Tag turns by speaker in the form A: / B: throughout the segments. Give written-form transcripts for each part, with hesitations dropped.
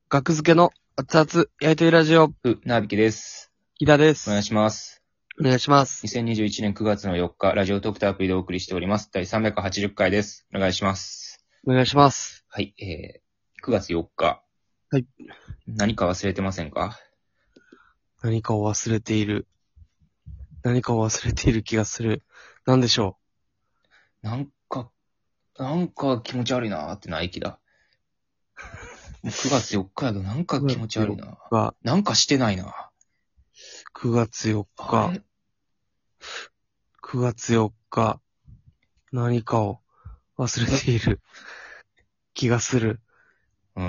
A: 学付けの熱々焼いてるラジオ、
B: なびきです。
A: 木田です。
B: お願いします。
A: お願いします。
B: 2021年9月の4日、ラジオトークとアプリでお送りしております。第380回です。お願いします。
A: お願いします。
B: はい、9月4日。
A: はい。
B: 何か忘れてませんか？
A: 何かを忘れている。何かを忘れている気がする。なんでしょ
B: なんか気持ち悪いなーってない気だ。もう9月4日やけどなんか気持ち悪いな。
A: う。
B: なんかしてないな。
A: 9月4日。
B: あれ
A: 9月4日。何かを忘れている気がする。
B: うん。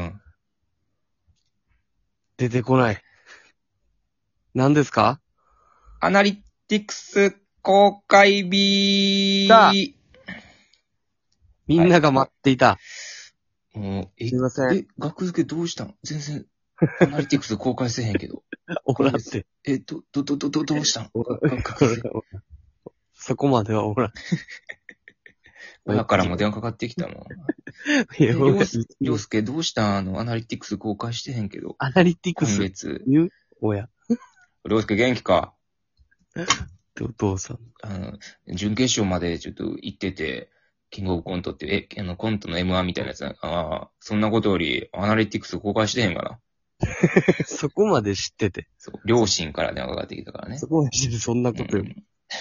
A: 出てこない。何ですか？
B: アナリティクス公開日
A: だみんなが待っていた。
B: もう、
A: すいません。
B: 学付けどうしたん？全然、アナリティクス公開せえへんけど。
A: おらって。
B: どうしたん？
A: そこまではおら。
B: 親からも電話かかってきたもん。
A: いや、
B: りょうすけどうしたん？アナリティクス公開してへんけど。
A: アナリティクス。
B: 今月。
A: 言う親。
B: りょうすけ元気か？
A: お父さん。
B: 準決勝までちょっと行ってて、キングオブコントって、コントの M1 みたいなやつな。そんなことより、アナリティクス公開してへんかな。
A: そこまで知ってて。
B: そう、両親から電話かかってきたからね。
A: そこまで知っててそんなことよ。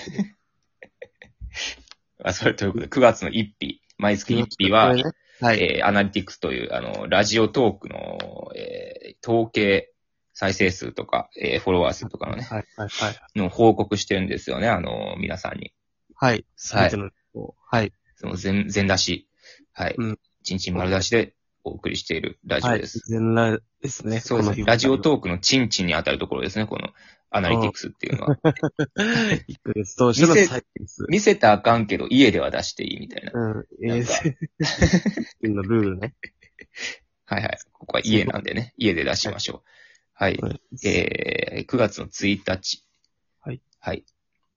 B: それということで、9月の1日、毎月1日は、
A: ね、はい。
B: アナリティクスという、ラジオトークの、統計再生数とか、フォロワー数とかのね、
A: はい、はい、はい。
B: の報告してるんですよね、皆さんに。
A: はい。すべての、はい。
B: その全出し、はい。
A: うん。
B: ちんちん丸出しでお送りしているラジオです。
A: 全裸ですね。
B: そうですね。ラジオトークのチンチンに当たるところですね、このアナリティクスっていうのは。
A: 1ヶ月通してのサイクス。
B: 見せたらあかんけど、家では出していいみたいな。
A: うん。のルールね。
B: はいはい。ここは家なんでね、家で出しましょう。はい。9月の1日。
A: はい。
B: はい。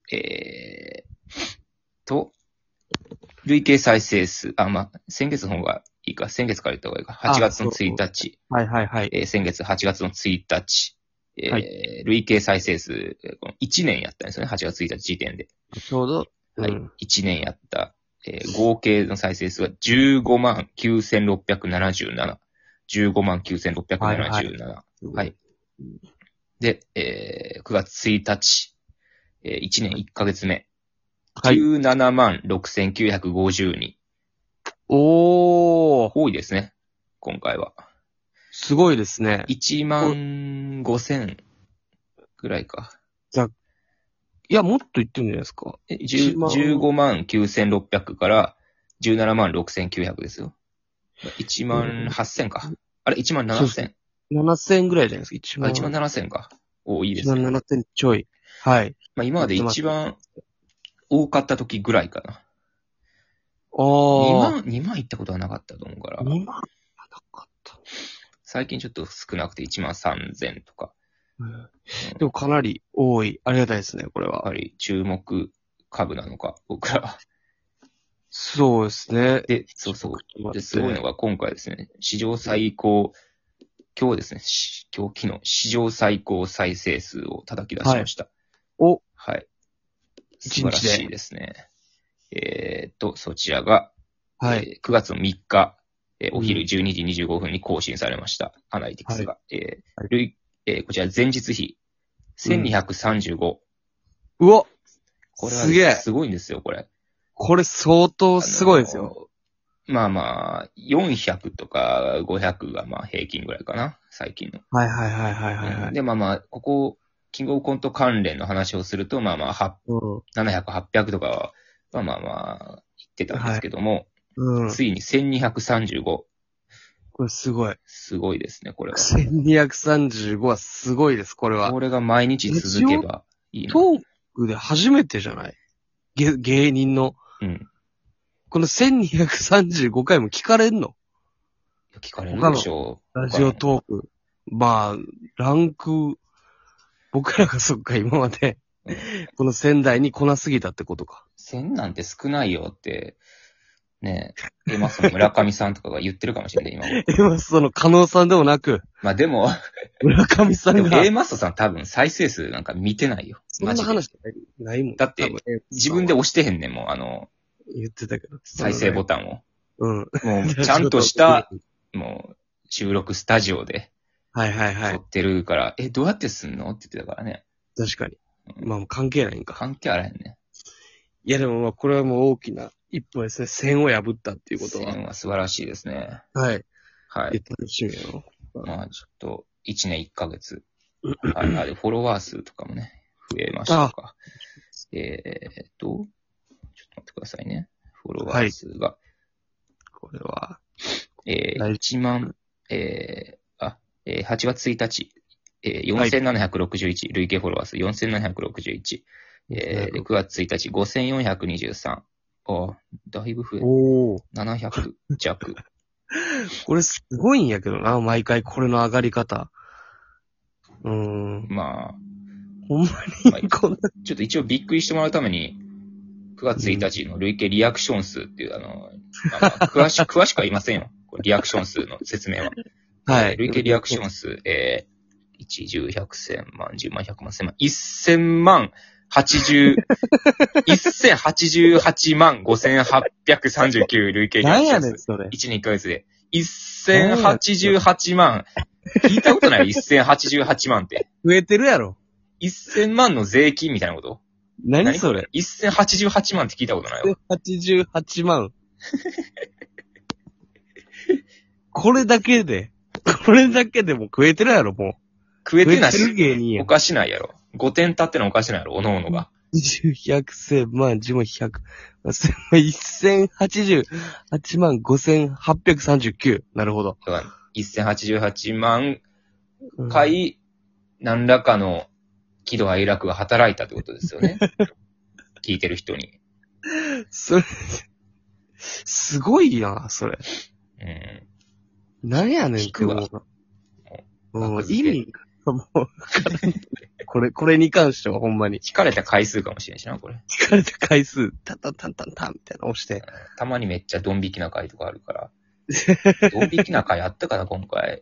B: 累計再生数、先月の方がいいか、先月から言った方がいいか、8月の1日。
A: はいはいはい。
B: 先月8月の1日。累計再生数、1年やったんですよね、8月1日時点で。
A: ちょうど、
B: はい。1年やった、合計の再生数は15万9677。15万9677。はい。で、9月1日、1年1ヶ月目。17万6950人。多いですね。今回は。
A: すごいですね。
B: 1万5000ぐらいか。
A: いや、もっと言ってるんじゃないですか。
B: 15万9600から17万6900ですよ。1万8000か。あれ、1万7000。
A: 7000ぐらいじゃないですか。
B: 1万7000か。いいですね。
A: 1万7000ちょい。はい。
B: 今まで一番多かった時ぐらいかな。
A: 2
B: 万いったことはなかったと思うから。
A: 2万なかった。
B: 最近ちょっと少なくて1万3000とか。
A: でもかなり多い。ありがたいですね、これは。
B: やはり注目株なのか、僕らは。
A: そうですね。
B: で、そうそう。で、すごいのが今回ですね、史上最高、今日ですね、昨日、史上最高再生数を叩き出しました。はい。素晴らしいですね。そちらが、9月の3日、お昼12時25分に更新されました。アナリティクスが。こちら前日比、1235。
A: うわ
B: これはすごいんですよ、これ。
A: これ相当すごいですよ。
B: 400とか500が平均ぐらいかな、最近の。
A: はい。
B: で、ここ、キングオブコント関連の話をすると、700、800とかは、言ってたんですけども、ついに1235。
A: これすごい。
B: すごいですね、これは。
A: 1235はすごいです、これは。
B: これが毎日続けばいいな。
A: トークで初めてじゃない？芸人の。この1235回も聞かれんの？
B: 聞かれるでしょ
A: う。ラジオトーク。ランク、僕らがそっか、今まで、この仙台に来なすぎたってことか。
B: 1000なんて少ないよって、 ねえ、マスの村上さんとかが言ってるかもしれない、今。
A: 今、その、加納さんでもなく、
B: まあでも、
A: 村上さ
B: でも
A: んが、
B: A マストさん多分再生数なんか見てないよ。
A: そんな
B: マジで。
A: 話ないもん。
B: だって
A: 多分
B: 自分で押してへんねん、もう
A: 言ってたけど。
B: 再生ボタンを。
A: うん。
B: もう、ちゃんとした、もう、収録スタジオで
A: はいはいはい。
B: 撮ってるから、どうやってすんのって言ってたからね。
A: 確かに。
B: うん
A: まあもう関係ないんか。
B: 関係あらへんね。
A: いやでもまあこれはもう大きな一歩ですね。線を破ったっていうことは。
B: 線は素晴らしいですね。
A: はい。
B: はい。
A: 楽しみやろ。
B: まあ、ちょっと、1年1ヶ月。はい。あれ、フォロワー数とかもね、増えましたか。ちょっと待ってくださいね。フォロワー数が。
A: これは、
B: 1万、8月1日、4761、累計フォロワー数4761。9月1日、5423。あ、だいぶ増え
A: おー。
B: 700弱。
A: これすごいんやけどな、毎回これの上がり方。
B: まあ、
A: ほんまに、こんな。
B: ちょっと一応びっくりしてもらうために、9月1日の累計リアクション数っていう、詳しくは言いませんよ。リアクション数の説明は。
A: はい。
B: 累計リアクション数、1、10、100、1000万、10万、100万、1000万、1000万、1088万5839累計リアクション数。
A: 何やねん、それ。
B: 1年1ヶ月で。1088万。聞いたことない ?1088 万って。
A: 増えてるやろ。
B: 1000万の税金みたいなこと？
A: 何それ
B: ?1088 万って聞いたことないわ。
A: ?88 万。これだけでも食えてるやろ、もう。
B: 食えてない
A: 食えてる芸人や
B: おかしないやろ。5点経ってのおかしないやろ、おのおのが。
A: 20、100、1000万、10万、100、1088万5839。なるほど。
B: だから1088万回、何らかの喜怒哀楽が働いたってことですよね。聞いてる人に。
A: それ、すごいな、それ。何やねんって
B: 聞くわ。
A: もう意味がもう、これに関してはほんまに。
B: 聞かれた回数かもしれんしな、これ。
A: 聞かれた回数、タンタンタンタンタンみたいなの押して。
B: たまにめっちゃドン引きな回とかあるから。ドン引きな回あったかな、今回。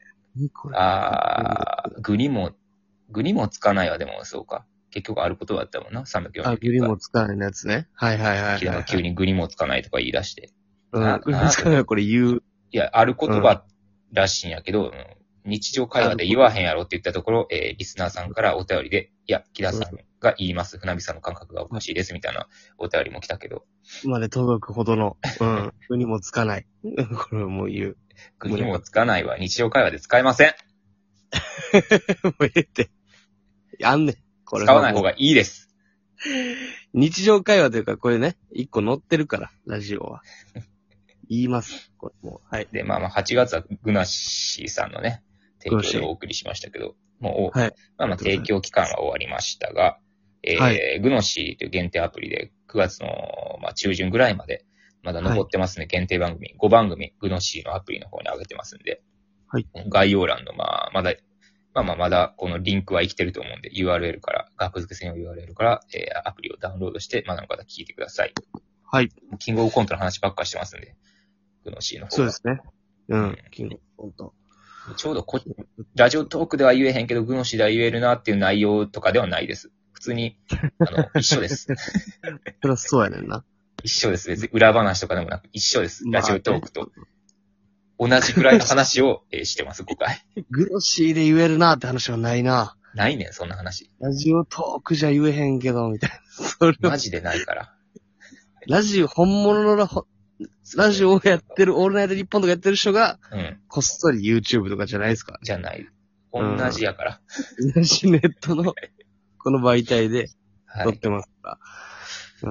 B: 具にもつかないわ、でもそうか。結局あることだったもんな、349回。
A: 具にもつかないやつね。はいはいはい。
B: 急に具にもつかないとか言い出して。
A: 具にもつかないこれ言う。
B: いや、ある言葉らしいんやけど、日常会話で言わへんやろって言ったところ、リスナーさんからお便りで、いや、木田さんが言います。船火さんの感覚がおかしいです、みたいなお便りも来たけど。
A: まで届くほどの、具にもつかない。これも言う。
B: 具にもつかないは日常会話で使えません。
A: もうええって。あんねん。これ
B: 使わない方がいいです。
A: 日常会話というか、これね、一個載ってるから、ラジオは。言います。これもう、はい。
B: で、8月はグナッシーさんのね、提供でお送りしましたけど、もう、はい、提供期間は終わりましたが、グノシーという限定アプリで9月の、中旬ぐらいまで、まだ残ってますね、限定番組。5番組、グノシーのアプリの方に上げてますんで、はい、概要欄の、まだこのリンクは生きてると思うんで、URL から、学付け専用 URL から、アプリをダウンロードして、まだの方聞いてください。はい。キングオブコントの話ばっかしてますんで、グノシーの方。
A: そうですね。キングオブコント。
B: ちょうどラジオトークでは言えへんけど、グノシーでは言えるなっていう内容とかではないです。普通に、一緒です。
A: そりゃそうやねんな。
B: 一緒です。別に裏話とかでもなく、一緒です。ラジオトークと。同じくらいの話を、してます、5回。
A: グノシーで言えるなって話はないな。
B: ないねん、そんな話。
A: ラジオトークじゃ言えへんけど、みたいな。それ
B: マジでないから。
A: 本物のラジオをやってる、オールナイトニッポンとかやってる人が、こっそり YouTube とかじゃないですか。
B: じゃない。同じやから。
A: 同じネットの、この媒体で、撮ってますから。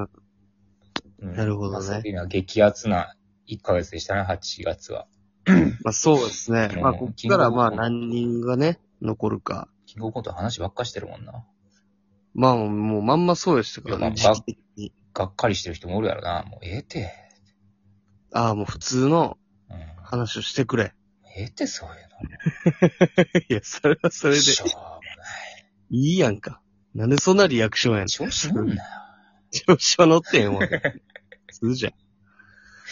A: なるほどね。
B: そういうのは激アツな1ヶ月でしたね、8月は。
A: そうですね。こっから何人がね、残るか。
B: キングオブコント話ばっかしてるもんな。
A: もうまんまそうでしたからね。
B: がっかりしてる人もおるやろな。もうええて。
A: もう普通の話をしてくれ。
B: ええってそういう
A: の。いや、それはそれで。
B: しょうもない。
A: いいやんか。なんでそんなリアクションやん。
B: 調子乗んなよ。
A: 調子は乗ってんわ。普通じゃん。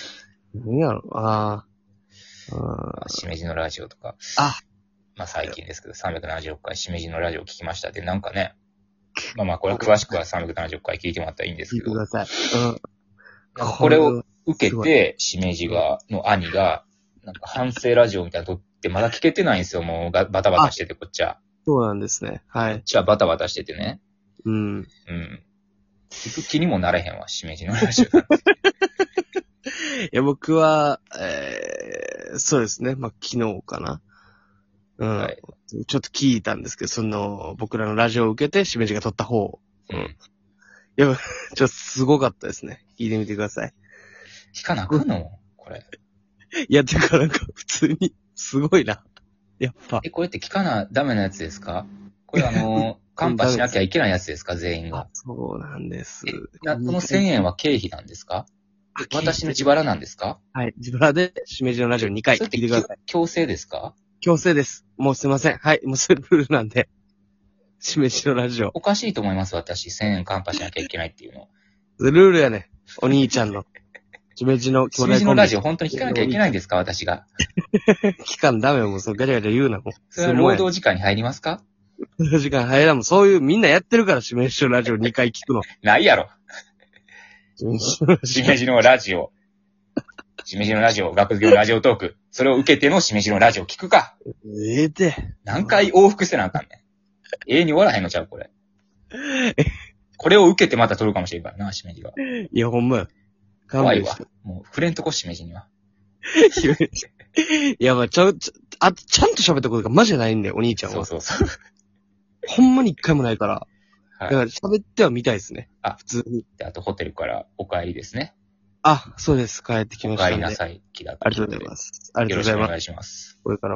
A: 何やろああ。
B: しめじのラジオとか。
A: あ、
B: まあ最近ですけど、376回しめじのラジオ聞きましたって、なんかね、まあこれは詳しくは370回聞いてもらったらいいんですけど。
A: 聞いてください。
B: なんかこれを受けて、しめじの兄が、なんか反省ラジオみたいなの撮って、まだ聞けてないんですよ、もうバタバタしてて、こっちは。
A: そうなんですね。はい。
B: こっちはバタバタしててね。
A: うん。
B: 聞く気にもなれへんわ、しめじのラジオ。
A: いや、僕は、そうですね。まあ、昨日かな。
B: はい。
A: ちょっと聞いたんですけど、僕らのラジオを受けて、しめじが撮った方。いや、ちょっとすごかったですね。聞いてみてください。
B: 聞かなあかんのこれ。
A: いや、てかなんか、普通に、すごいな。やっぱ。
B: これって聞かなダメなやつですか？これカンパしなきゃいけないやつですか全員が。
A: そうなんです。
B: この1000円は経費なんですか？私の自腹なんですか？
A: はい。自腹で、しめじのラジオ2回聞いてください。
B: 強制ですか？
A: 強制です。もうすいません。はい。もうそれルールなんで。しめじのラジオ。
B: おかしいと思います、私。1000円カンパしなきゃいけないっていうの。
A: ルールやね。お兄ちゃんの。しめじの
B: しめじのラジオ本当に聞かなきゃいけないんですか私が。
A: 聞かんダメよ。もうそのガチャガチャ言うな。もう。
B: それは労働時間に入りますか？
A: 労働時間入らんもん。そういうみんなやってるから、しめじのラジオ2回聞くの。
B: ないやろ。しめじのラジオ。しめじのラジオ、学業ラジオトーク。それを受けてのしめじのラジオ聞くか。何回往復してなあかんねん。永遠に終わらへんのちゃうこれ。これを受けてまた撮るかもしれんからな、しめじが。
A: いや、ほんまよ。
B: 怖いわ。もう、触れんとこしめじには。
A: いや、まあ、ちゃんと喋ったことがマジでないんだよ、お兄ちゃんは。
B: そう。
A: ほんまに一回もないから。
B: はい。
A: だから喋ってはみたいですね。普通に。
B: で、あとホテルからお帰りですね。
A: そうです。帰ってきました。
B: お帰りなさい、気だと。
A: ありがとうございます。ありがとうございます。
B: よろしくお願いします。
A: これからも。